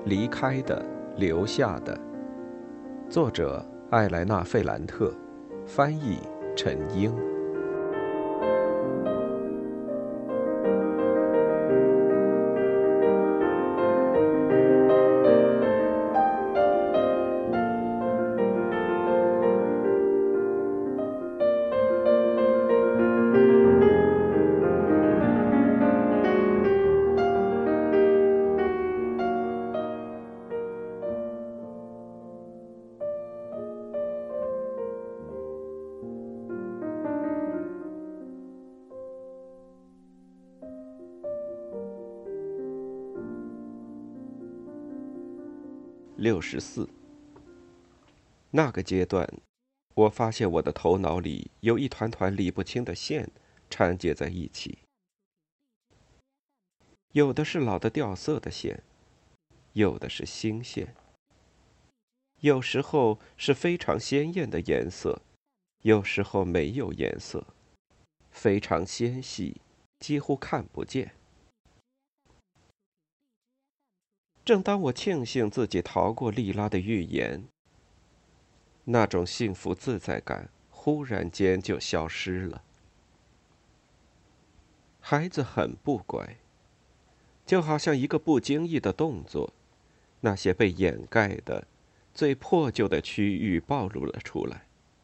离开的，留下的。作者艾莱娜·费兰特，翻译陈英。64。那个阶段，我发现我的头脑里有一团团理不清的线缠结在一起，有的是老的掉色的线，有的是新线，有时候是非常鲜艳的颜色，有时候没有颜色，非常纤细，几乎看不见。正当我庆幸自己逃过莉拉的预言，那种幸福自在感忽然间就消失了。孩子很不乖，就好像一个不经意的动作，那些被掩盖的最破旧的区域暴露了出来。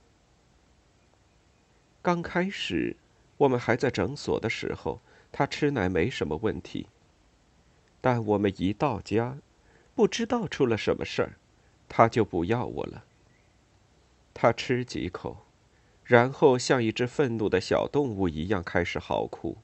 刚开始我们还在诊所的时候，他吃奶没什么问题，但我们一到家，不知道出了什么事儿，他就不要我了。他吃几口，然后像一只愤怒的小动物一样开始嚎哭。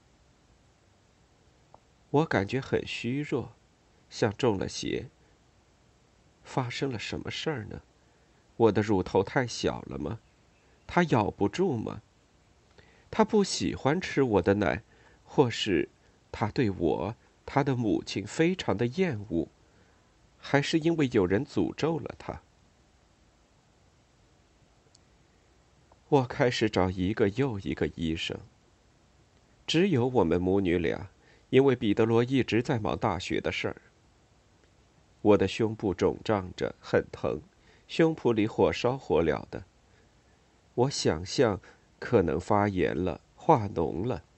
我感觉很虚弱，像中了邪。发生了什么事儿呢？我的乳头太小了吗？他咬不住吗？他不喜欢吃我的奶，或是他对我，他的母亲非常的厌恶，还是因为有人诅咒了他？我开始找一个又一个医生。只有我们母女俩，因为彼得罗一直在忙大学的事儿。我的胸部肿胀着，很疼，胸脯里火烧火燎的。我想象可能发炎了，化脓了。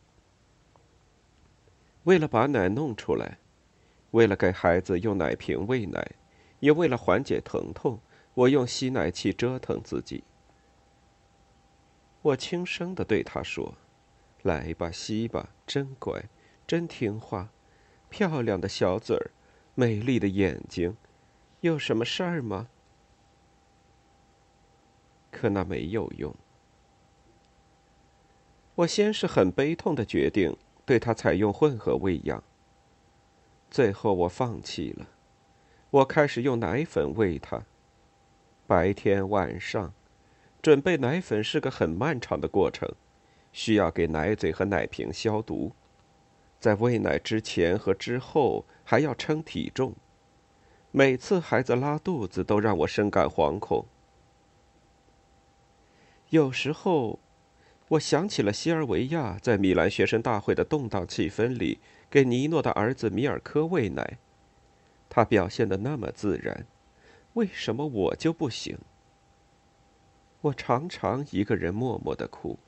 为了把奶弄出来，为了给孩子用奶瓶喂奶，也为了缓解疼痛，我用吸奶器折腾自己。我轻声地对他说：“来吧，吸吧，真乖，真听话，漂亮的小嘴儿，美丽的眼睛，有什么事儿吗？”可那没有用。我先是很悲痛的决定对他采用混合喂养，最后我放弃了。我开始用奶粉喂他，白天晚上。准备奶粉是个很漫长的过程，需要给奶嘴和奶瓶消毒。在喂奶之前和之后还要称体重。每次孩子拉肚子都让我深感惶恐。有时候，我想起了西尔维亚在米兰学生大会的动荡气氛里给尼诺的儿子米尔科喂奶，他表现得那么自然，为什么我就不行？我常常一个人默默地哭。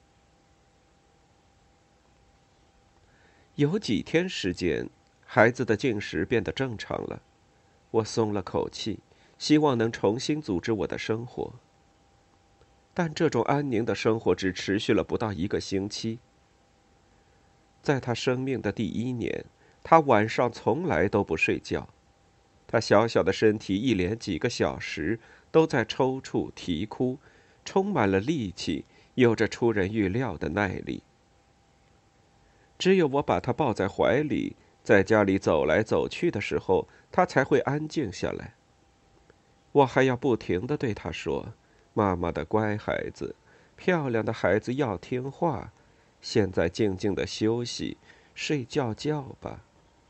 有几天时间，孩子的进食变得正常了，我松了口气，希望能重新组织我的生活。但这种安宁的生活只持续了不到1个星期。在他生命的第1年，他晚上从来都不睡觉，他小小的身体一连几个小时都在抽搐啼哭，充满了力气，有着出人预料的耐力。只有我把他抱在怀里，在家里走来走去的时候，他才会安静下来。我还要不停地对他说：“妈妈的乖孩子，漂亮的孩子要听话，现在静静地休息，睡觉觉吧。”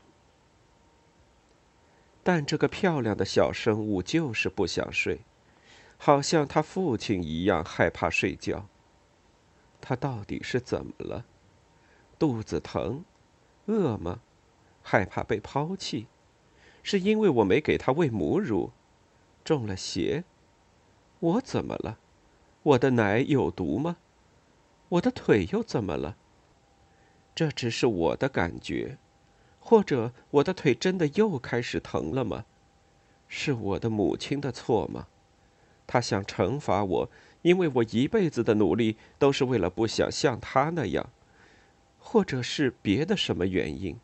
但这个漂亮的小生物就是不想睡，好像他父亲一样害怕睡觉。他到底是怎么了？肚子疼？饿吗？害怕被抛弃？ 是因为我没给他喂母乳，中了邪。我怎么了？我的奶有毒吗？我的腿又怎么了？这只是我的感觉，或者我的腿真的又开始疼了吗？是我的母亲的错吗？她想惩罚我，因为我一辈子的努力都是为了不想像她那样，或者是别的什么原因。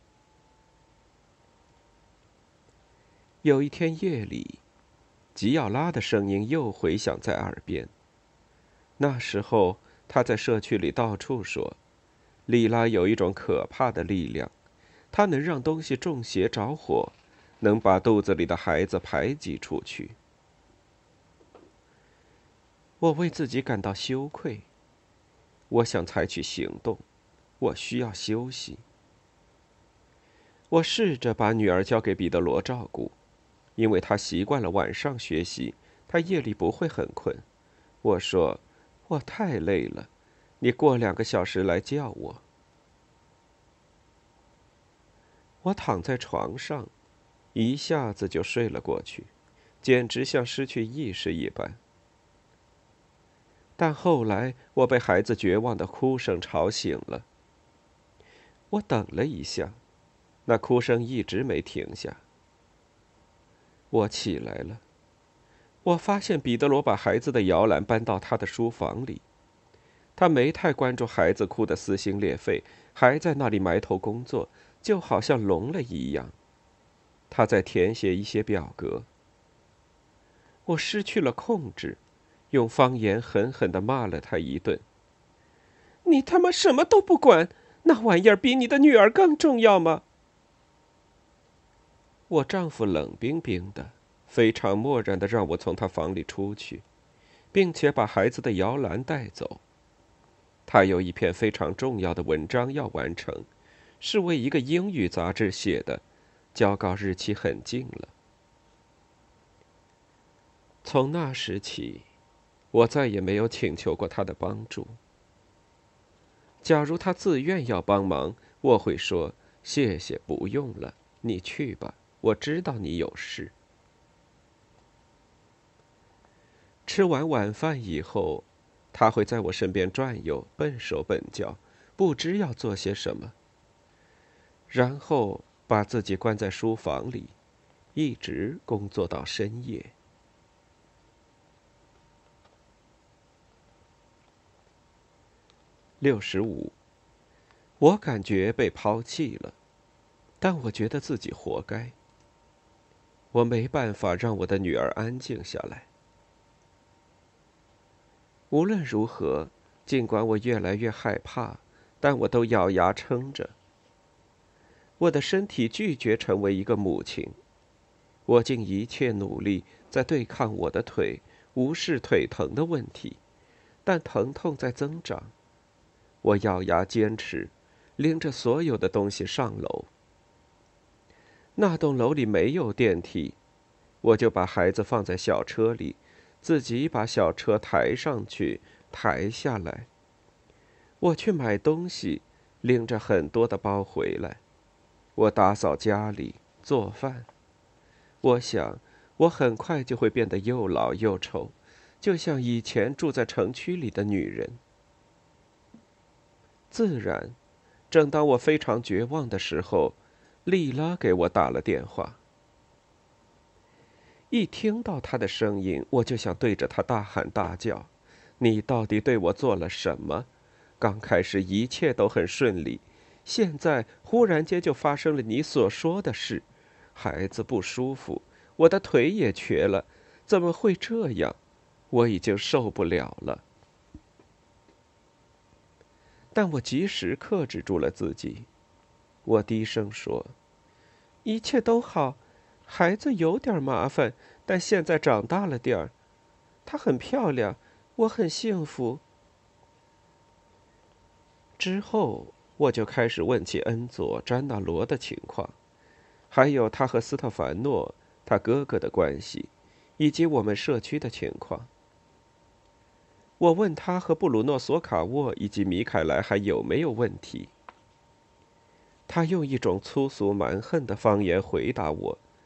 有一天夜里，吉奥拉的声音又回响在耳边。那时候，他在社区里到处说，莉拉有一种可怕的力量，它能让东西中邪着火，能把肚子里的孩子排挤出去。我为自己感到羞愧，我想采取行动，我需要休息。我试着把女儿交给彼得罗照顾，因为他习惯了晚上学习，他夜里不会很困。我说，我太累了，你过2个小时来叫我。我躺在床上，一下子就睡了过去，简直像失去意识一般。但后来我被孩子绝望的哭声吵醒了。我等了一下，那哭声一直没停下。我起来了，我发现彼得罗把孩子的摇篮搬到他的书房里。他没太关注孩子哭得撕心裂肺，还在那里埋头工作，就好像聋了一样。他在填写一些表格。我失去了控制，用方言狠狠地骂了他一顿。你他妈什么都不管，那玩意儿比你的女儿更重要吗？我丈夫冷冰冰的，非常漠然地让我从他房里出去，并且把孩子的摇篮带走。他有一篇非常重要的文章要完成，是为一个英语杂志写的，交稿日期很近了。从那时起，我再也没有请求过他的帮助。假如他自愿要帮忙，我会说：“谢谢，不用了，你去吧，我知道你有事。”吃完晚饭以后，他会在我身边转悠，笨手笨脚，不知要做些什么，然后把自己关在书房里，一直工作到深夜。65，我感觉被抛弃了，但我觉得自己活该。我没办法让我的女儿安静下来。无论如何，尽管我越来越害怕，但我都咬牙撑着。我的身体拒绝成为一个母亲，我尽一切努力在对抗我的腿，无视腿疼的问题，但疼痛在增长。我咬牙坚持，拎着所有的东西上楼。那栋楼里没有电梯，我就把孩子放在小车里，自己把小车抬上去，抬下来。我去买东西，拎着很多的包回来。我打扫家里，做饭。我想，我很快就会变得又老又丑，就像以前住在城区里的女人。自然，正当我非常绝望的时候，莉拉给我打了电话。一听到她的声音，我就想对着她大喊大叫：“你到底对我做了什么？刚开始一切都很顺利，现在忽然间就发生了你所说的事。孩子不舒服，我的腿也瘸了，怎么会这样？我已经受不了了。”但我及时克制住了自己。我低声说：“一切都好，孩子有点麻烦，但现在长大了点儿。她很漂亮，我很幸福。”之后，我就开始问起恩佐·詹纳罗的情况，还有他和斯特凡诺，他哥哥的关系，以及我们社区的情况。我问他和布鲁诺·索卡沃以及米凯莱还有没有问题。他用一种粗俗蛮横的方言回答我，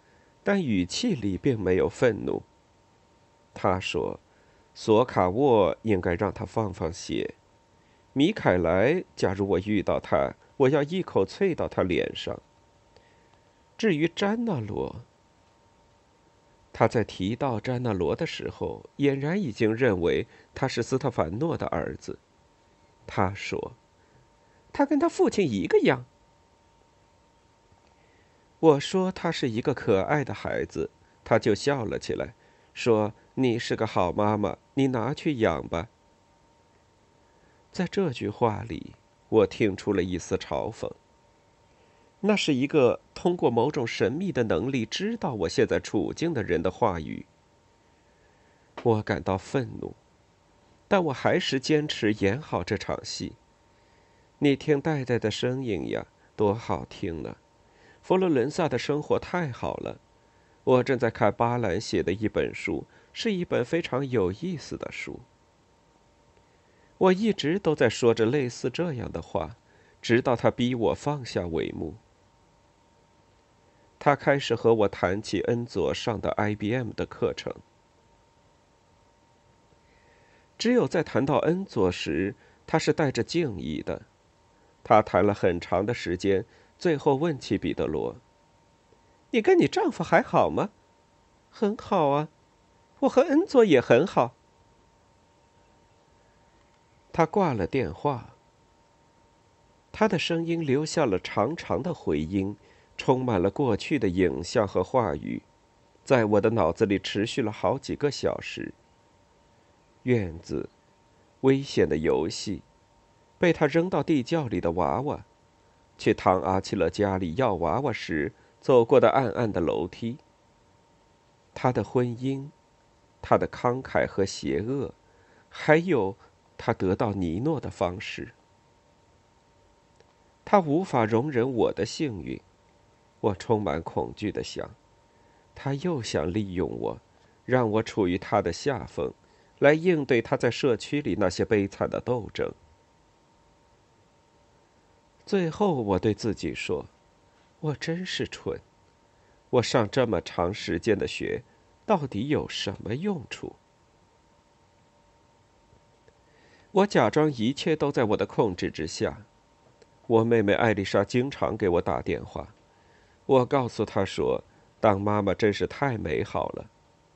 但语气里并没有愤怒。他说：“索卡沃应该让他放放血。米凯莱，假如我遇到他，我要一口啐到他脸上。至于詹纳罗，他在提到詹纳罗的时候，俨然已经认为他是斯特凡诺的儿子。他说，他跟他父亲一个样。我说他是一个可爱的孩子，他就笑了起来，说：“你是个好妈妈，你拿去养吧。”在这句话里，我听出了一丝嘲讽。那是一个通过某种神秘的能力知道我现在处境的人的话语。我感到愤怒，但我还是坚持演好这场戏。你听戴戴的声音呀，多好听呢！佛罗伦萨的生活太好了。我正在看巴兰写的一本书，是一本非常有意思的书。我一直都在说着类似这样的话，直到他逼我放下帷幕。他开始和我谈起恩佐上的 IBM 的课程。只有在谈到恩佐时，他是带着敬意的。他谈了很长的时间，最后问起彼得罗：“你跟你丈夫还好吗？”“很好啊，我和恩佐也很好。”他挂了电话。他的声音留下了长长的回音，充满了过去的影像和话语，在我的脑子里持续了好几个小时。院子，危险的游戏，被他扔到地窖里的娃娃，去唐阿奇勒家里要娃娃时走过的暗暗的楼梯。他的婚姻，他的慷慨和邪恶，还有他得到尼诺的方式。他无法容忍我的幸运，我充满恐惧地想，他又想利用我，让我处于他的下风，来应对他在社区里那些悲惨的斗争。最后我对自己说，我真是蠢，我上这么长时间的学，到底有什么用处？我假装一切都在我的控制之下。我妹妹艾丽莎经常给我打电话，我告诉她说，当妈妈真是太美好了。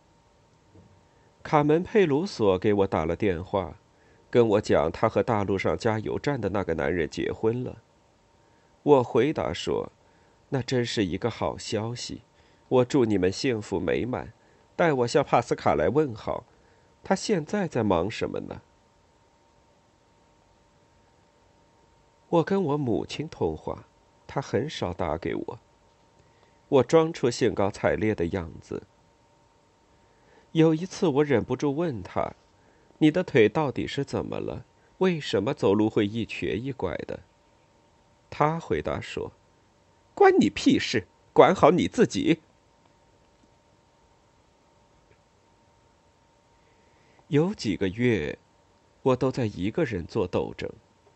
卡门·佩鲁索给我打了电话，跟我讲他和大陆上加油站的那个男人结婚了。我回答说，那真是一个好消息，我祝你们幸福美满，代我向帕斯卡来问好，他现在在忙什么呢？我跟我母亲通话，她很少打给我。我装出兴高采烈的样子。有一次，我忍不住问她：“你的腿到底是怎么了？为什么走路会一瘸一拐的？”她回答说：“关你屁事，管好你自己。”有几个月，我都在一个人做斗争。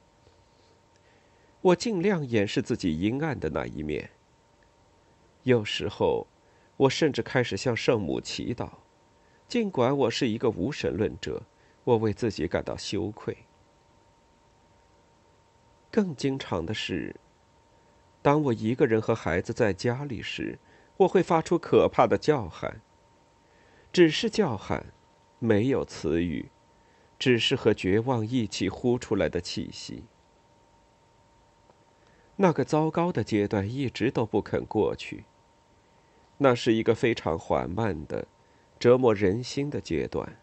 我尽量掩饰自己阴暗的那一面。有时候，我甚至开始向圣母祈祷，尽管我是一个无神论者，我为自己感到羞愧。更经常的是，当我一个人和孩子在家里时，我会发出可怕的叫喊，只是叫喊，没有词语，只是和绝望一起呼出来的气息。那个糟糕的阶段一直都不肯过去。那是一个非常缓慢的、折磨人心的阶段。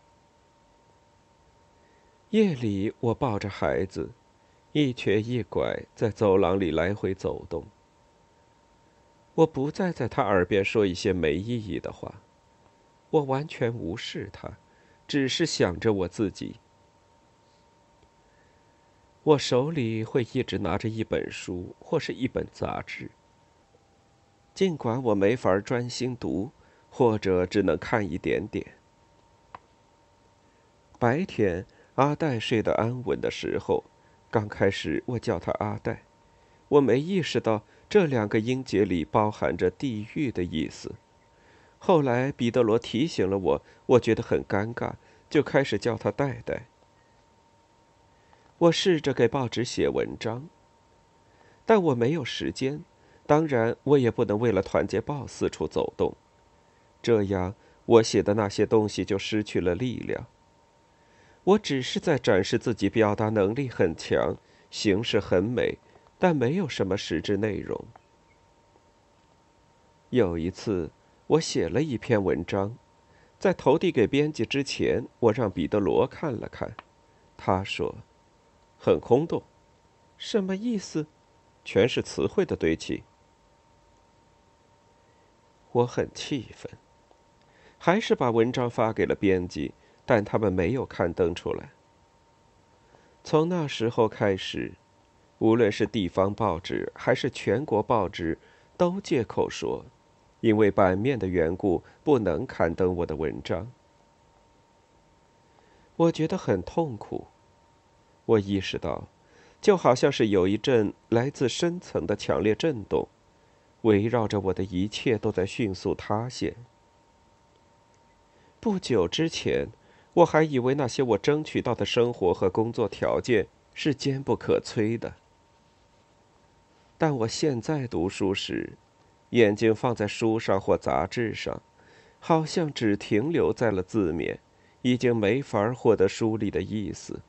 夜里，我抱着孩子，一瘸一拐在走廊里来回走动。我不再在他耳边说一些没意义的话，我完全无视他，只是想着我自己。我手里会一直拿着一本书或是一本杂志，尽管我没法专心读，或者只能看一点点。白天，阿黛睡得安稳的时候，刚开始我叫她阿黛，我没意识到这两个音节里包含着地狱的意思。 后来彼得罗提醒了我，我觉得很尴尬，就开始叫他戴戴。我试着给报纸写文章，但我没有时间，当然我也不能为了团结报四处走动，这样我写的那些东西就失去了力量。我只是在展示自己表达能力很强，形式很美，但没有什么实质内容。有一次，我写了一篇文章，在投递给编辑之前，我让彼得罗看了看。他说：“很空洞。”什么意思？全是词汇的堆砌。我很气愤，还是把文章发给了编辑，但他们没有刊登出来。从那时候开始，无论是地方报纸还是全国报纸，都借口说，因为版面的缘故，不能刊登我的文章。我觉得很痛苦。我意识到，就好像是有一阵来自深层的强烈震动，围绕着我的一切都在迅速塌陷。不久之前，我还以为那些我争取到的生活和工作条件是坚不可摧的。但我现在读书时，眼睛放在书上或杂志上，好像只停留在了字面，已经没法获得书里的意思。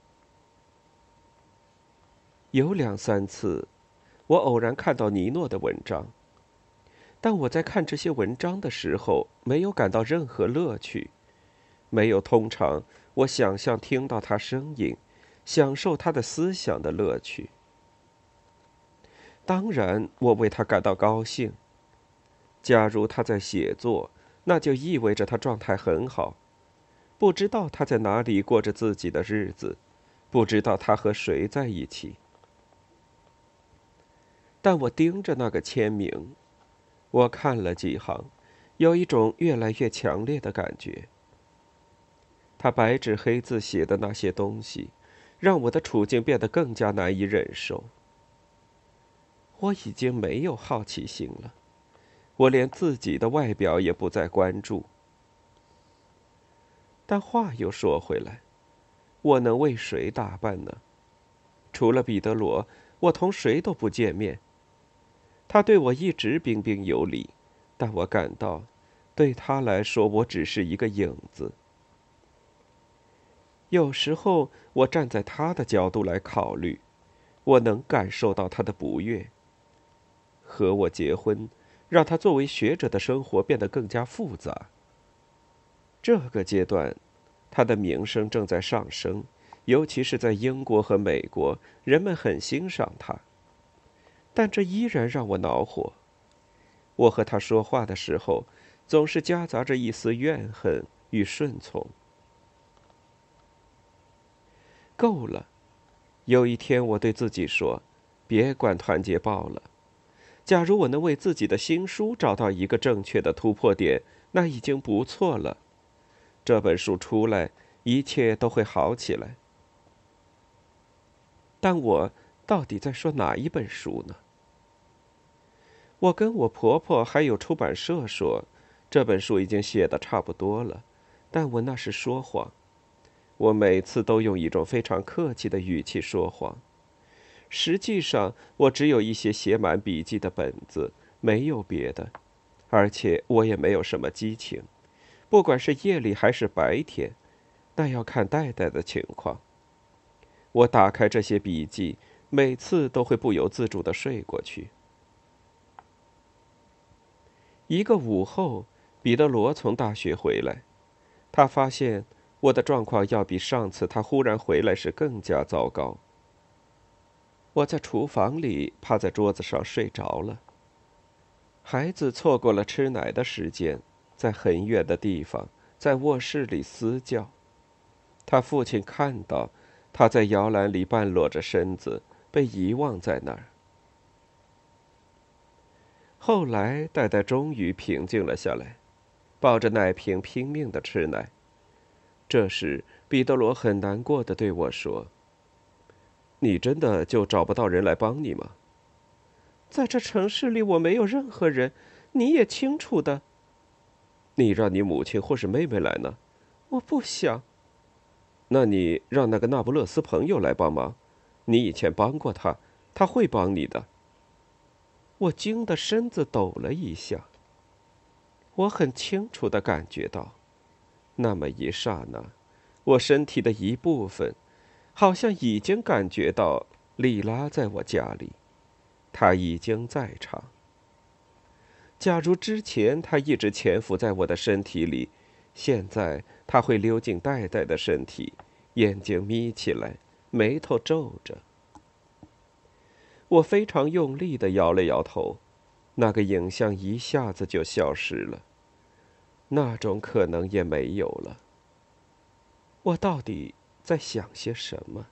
有2、3次，我偶然看到尼诺的文章，但我在看这些文章的时候，没有感到任何乐趣，没有通常我想象听到他声音，享受他的思想的乐趣。当然，我为他感到高兴。假如他在写作，那就意味着他状态很好，不知道他在哪里过着自己的日子，不知道他和谁在一起。但我盯着那个签名，我看了几行，有一种越来越强烈的感觉。他白纸黑字写的那些东西，让我的处境变得更加难以忍受。我已经没有好奇心了，我连自己的外表也不再关注。但话又说回来，我能为谁打扮呢？除了彼得罗，我同谁都不见面。他对我一直彬彬有礼，但我感到，对他来说，我只是一个影子。有时候，我站在他的角度来考虑，我能感受到他的不悦。和我结婚，让他作为学者的生活变得更加复杂。这个阶段，他的名声正在上升，尤其是在英国和美国，人们很欣赏他。但这依然让我恼火。我和他说话的时候，总是夹杂着一丝怨恨与顺从。够了！有一天，我对自己说：“别管《团结报》了。假如我能为自己的新书找到一个正确的突破点，那已经不错了。这本书出来，一切都会好起来。”但我到底在说哪一本书呢？我跟我婆婆还有出版社说，这本书已经写得差不多了，但我那是说谎。我每次都用一种非常客气的语气说谎。实际上，我只有一些写满笔记的本子，没有别的，而且我也没有什么激情，不管是夜里还是白天，那要看戴戴的情况。我打开这些笔记，每次都会不由自主地睡过去。一个午后，彼得罗从大学回来，他发现我的状况要比上次他忽然回来时更加糟糕。我在厨房里趴在桌子上睡着了。孩子错过了吃奶的时间，在很远的地方，在卧室里嘶叫。他父亲看到，他在摇篮里半裸着身子，被遗忘在那儿。后来，戴戴终于平静了下来，抱着奶瓶拼命地吃奶。这时，彼得罗很难过地对我说：“你真的就找不到人来帮你吗？”在这城市里，我没有任何人，你也清楚的。 你让你母亲或是妹妹来呢？ 我不想。 那你让那个那不勒斯朋友来帮忙，你以前帮过他，他会帮你的。 我惊得身子抖了一下。我很清楚地感觉到，那么一刹那，我身体的一部分，好像已经感觉到莉拉在我家里，她已经在场。假如之前她一直潜伏在我的身体里，现在她会溜进戴戴的身体，眼睛眯起来，眉头皱着。我非常用力地摇了摇头，那个影像一下子就消失了，那种可能也没有了。我到底在想些什么？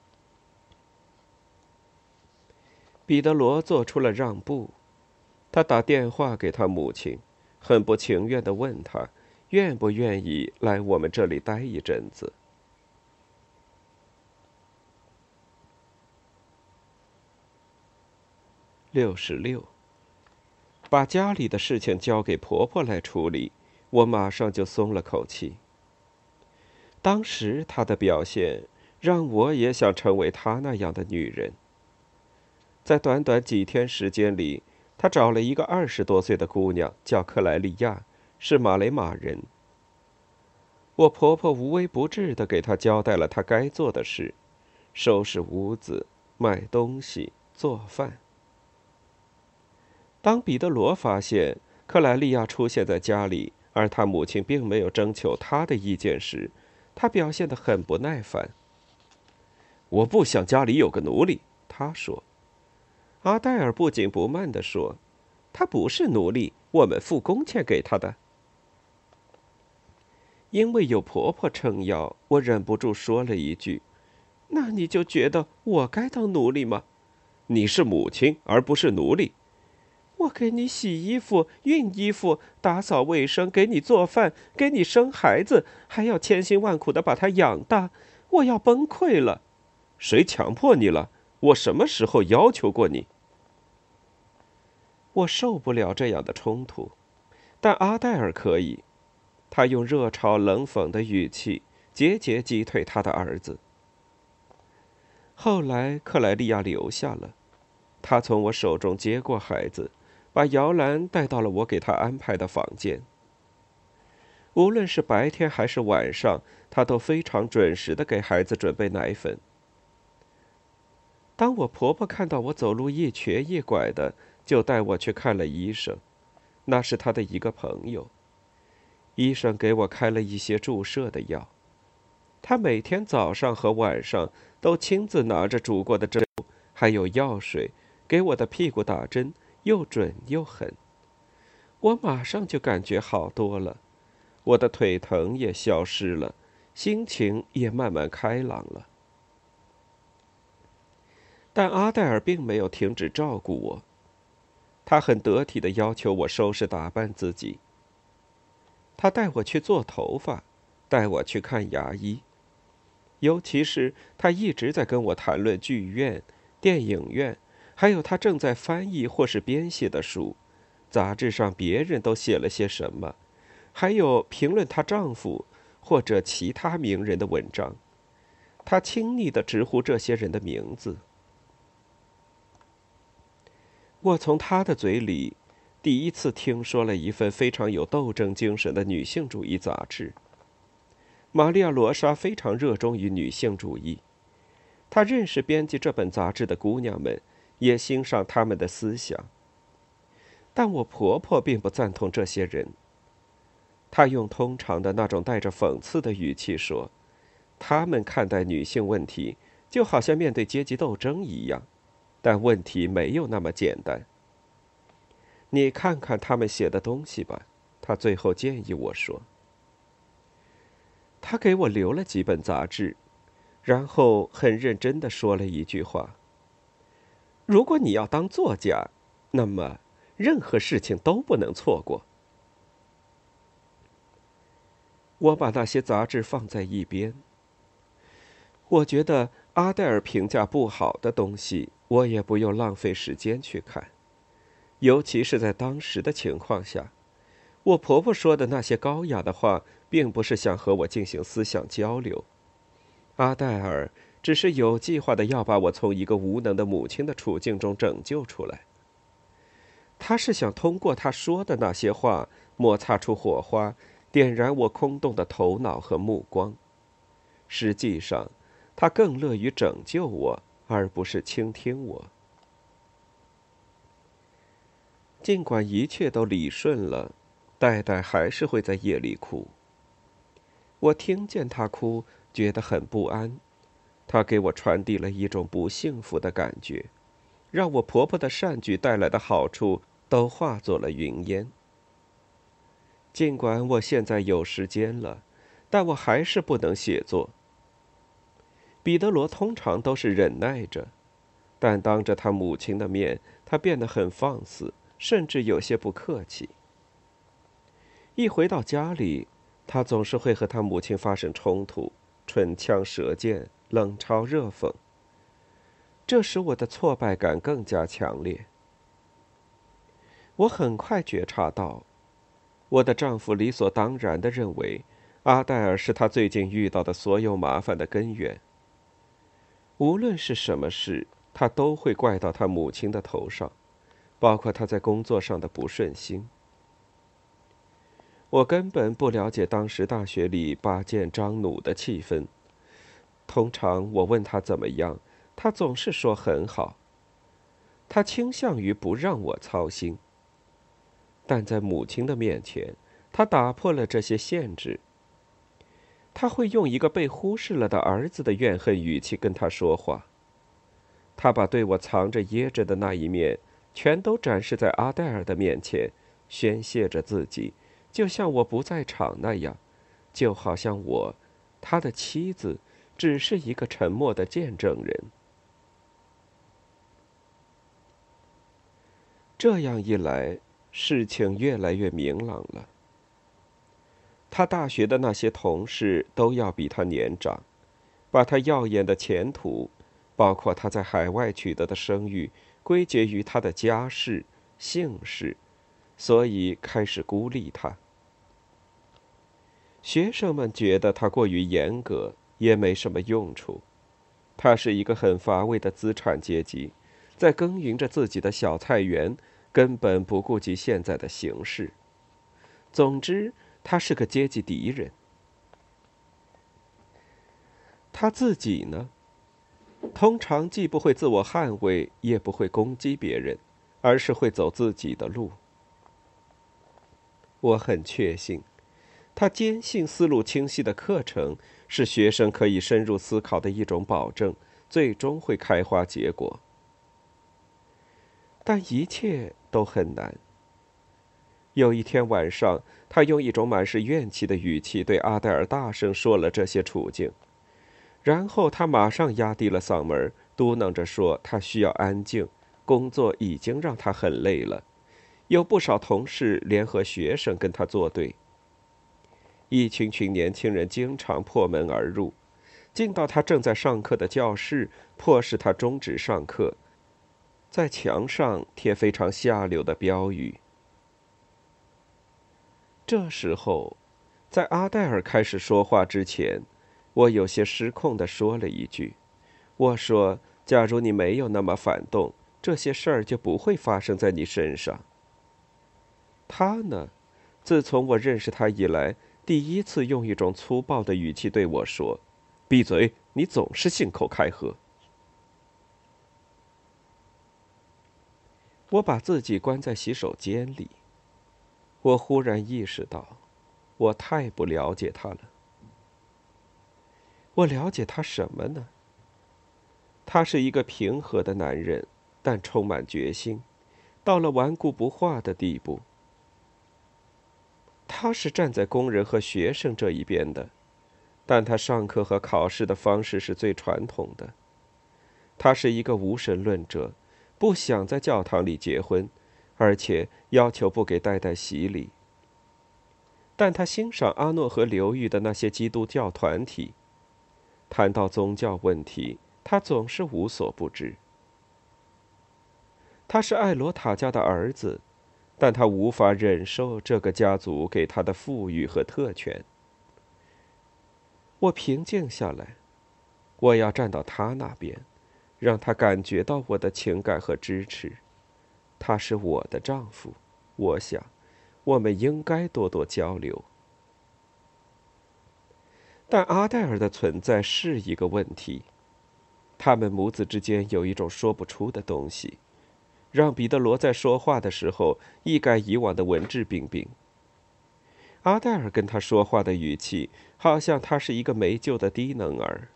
彼得罗做出了让步，他打电话给他母亲，很不情愿地问他愿不愿意来我们这里待一阵子。66，把家里的事情交给婆婆来处理，我马上就松了口气。当时她的表现让我也想成为她那样的女人。在短短几天时间里，她找了一个20多岁的姑娘，叫克莱利亚，是马雷马人。我婆婆无微不至地给她交代了她该做的事：收拾屋子、买东西、做饭。当彼得罗发现克莱利亚出现在家里，而他母亲并没有征求他的意见时，他表现得很不耐烦。我不想家里有个奴隶，他说。阿黛尔不紧不慢地说：“他不是奴隶，我们付工钱给他的。”因为有婆婆撑腰，我忍不住说了一句：“那你就觉得我该当奴隶吗？ 你是母亲，而不是奴隶。 我给你洗衣服、熨衣服、打扫卫生，给你做饭，给你生孩子，还要千辛万苦地把他养大，我要崩溃了。 谁强迫你了？我什么时候要求过你？” 我受不了这样的冲突，但阿黛尔可以。他用热嘲冷讽的语气节节击退他的儿子。后来克莱利亚留下了，他从我手中接过孩子，把摇篮带到了我给他安排的房间。无论是白天还是晚上，他都非常准时地给孩子准备奶粉。当我婆婆看到我走路一瘸一拐的，就带我去看了医生，那是她的一个朋友。医生给我开了一些注射的药，他每天早上和晚上都亲自拿着煮过的针还有药水给我的屁股打针，又准又狠。我马上就感觉好多了，我的腿疼也消失了，心情也慢慢开朗了。但阿黛尔并没有停止照顾我，她很得体地要求我收拾打扮自己。他带我去做头发，带我去看牙医，尤其是他一直在跟我谈论剧院、电影院，还有他正在翻译或是编写的书，杂志上别人都写了些什么，还有评论她丈夫或者其他名人的文章。他亲昵地直呼这些人的名字。我从他的嘴里第一次听说了一份非常有斗争精神的女性主义杂志。玛利亚·罗莎非常热衷于女性主义，她认识编辑这本杂志的姑娘们，也欣赏她们的思想。但我婆婆并不赞同这些人。她用通常的那种带着讽刺的语气说：“他们看待女性问题，就好像面对阶级斗争一样，但问题没有那么简单。你看看他们写的东西吧。”她最后建议我说。他给我留了几本杂志，然后很认真地说了一句话：“如果你要当作家，那么任何事情都不能错过。”我把那些杂志放在一边。我觉得阿黛尔评价不好的东西，我也不用浪费时间去看，尤其是在当时的情况下， 我婆婆说的那些高雅的话，并不是想和我进行思想交流。阿黛尔只是有计划的要把我从一个无能的母亲的处境中拯救出来。她是想通过她说的那些话，摩擦出火花，点燃我空洞的头脑和目光。实际上，她更乐于拯救我，而不是倾听我。尽管一切都理顺了，戴戴还是会在夜里哭。我听见她哭，觉得很不安。她给我传递了一种不幸福的感觉，让我婆婆的善举带来的好处都化作了云烟。尽管我现在有时间了，但我还是不能写作。彼得罗通常都是忍耐着，但当着他母亲的面，他变得很放肆，甚至有些不客气。一回到家里，他总是会和他母亲发生冲突，唇枪舌剑，冷嘲热讽。这使我的挫败感更加强烈。我很快觉察到，我的丈夫理所当然地认为，阿黛尔是他最近遇到的所有麻烦的根源。无论是什么事，他都会怪到他母亲的头上，包括他在工作上的不顺心。我根本不了解当时大学里拔剑张弩的气氛。通常我问他怎么样，他总是说很好。他倾向于不让我操心。但在母亲的面前，他打破了这些限制。他会用一个被忽视了的儿子的怨恨语气跟他说话。他把对我藏着掖着的那一面，全都展示在阿黛尔的面前，宣泄着自己，就像我不在场那样，就好像我，他的妻子，只是一个沉默的见证人。这样一来，事情越来越明朗了。他大学的那些同事都要比他年长，把他耀眼的前途，包括他在海外取得的声誉，归结于他的家世、姓氏，所以开始孤立他。学生们觉得他过于严格，也没什么用处。他是一个很乏味的资产阶级，在耕耘着自己的小菜园，根本不顾及现在的形势。总之，他是个阶级敌人。他自己呢，通常既不会自我捍卫，也不会攻击别人，而是会走自己的路。我很确信，他坚信思路清晰的课程是学生可以深入思考的一种保证，最终会开花结果。但一切都很难。有一天晚上，他用一种满是怨气的语气对阿黛尔大声说了这些处境，然后他马上压低了嗓门，嘟囔着说他需要安静，工作已经让他很累了，有不少同事联合学生跟他作对。一群群年轻人经常破门而入，进到他正在上课的教室，迫使他终止上课，在墙上贴非常下流的标语。这时候，在阿黛尔开始说话之前，我有些失控地说了一句：“我说，假如你没有那么反动，这些事儿就不会发生在你身上。”他呢，自从我认识他以来，第一次用一种粗暴的语气对我说：“闭嘴，你总是信口开河。”我把自己关在洗手间里。我忽然意识到，我太不了解他了。我了解他什么呢？他是一个平和的男人，但充满决心，到了顽固不化的地步。他是站在工人和学生这一边的，但他上课和考试的方式是最传统的。他是一个无神论者，不想在教堂里结婚，而且要求不给戴戴洗礼。但他欣赏阿诺和刘玉的那些基督教团体。谈到宗教问题，他总是无所不知。他是艾罗塔家的儿子， 但他无法忍受这个家族给他的富裕和特权。我平静下来，我要站到他那边，让他感觉到我的情感和支持。他是我的丈夫，我想，我们应该多多交流。但阿黛尔的存在是一个问题，他们母子之间有一种说不出的东西，让彼得罗在说话的时候一改以往的文质彬彬。阿黛尔跟他说话的语气，好像他是一个没救的低能儿。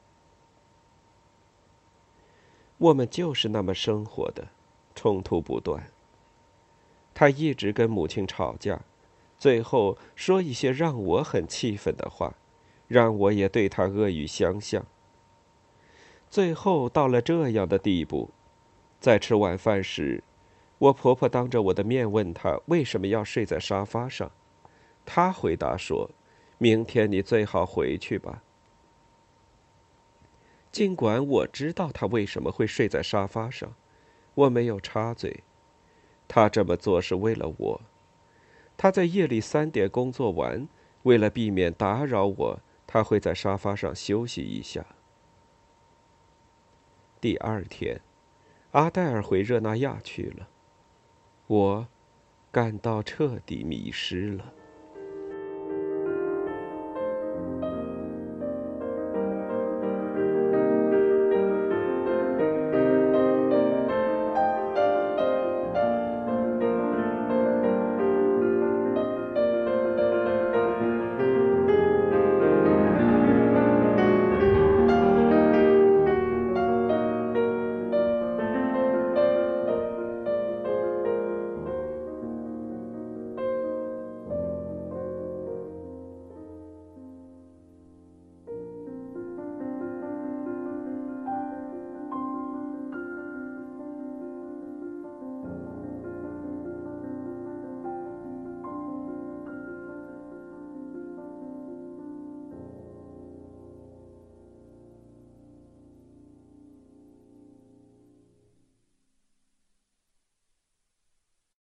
我们就是那么生活的，冲突不断。他一直跟母亲吵架，最后说一些让我很气愤的话，让我也对他恶语相向。最后到了这样的地步，在吃晚饭时，我婆婆当着我的面问她为什么要睡在沙发上，她回答说：“明天你最好回去吧。”尽管我知道她为什么会睡在沙发上，我没有插嘴。她这么做是为了我。她在夜里3点工作完，为了避免打扰我，她会在沙发上休息一下。第2天，阿黛尔回热那亚去了，我感到彻底迷失了。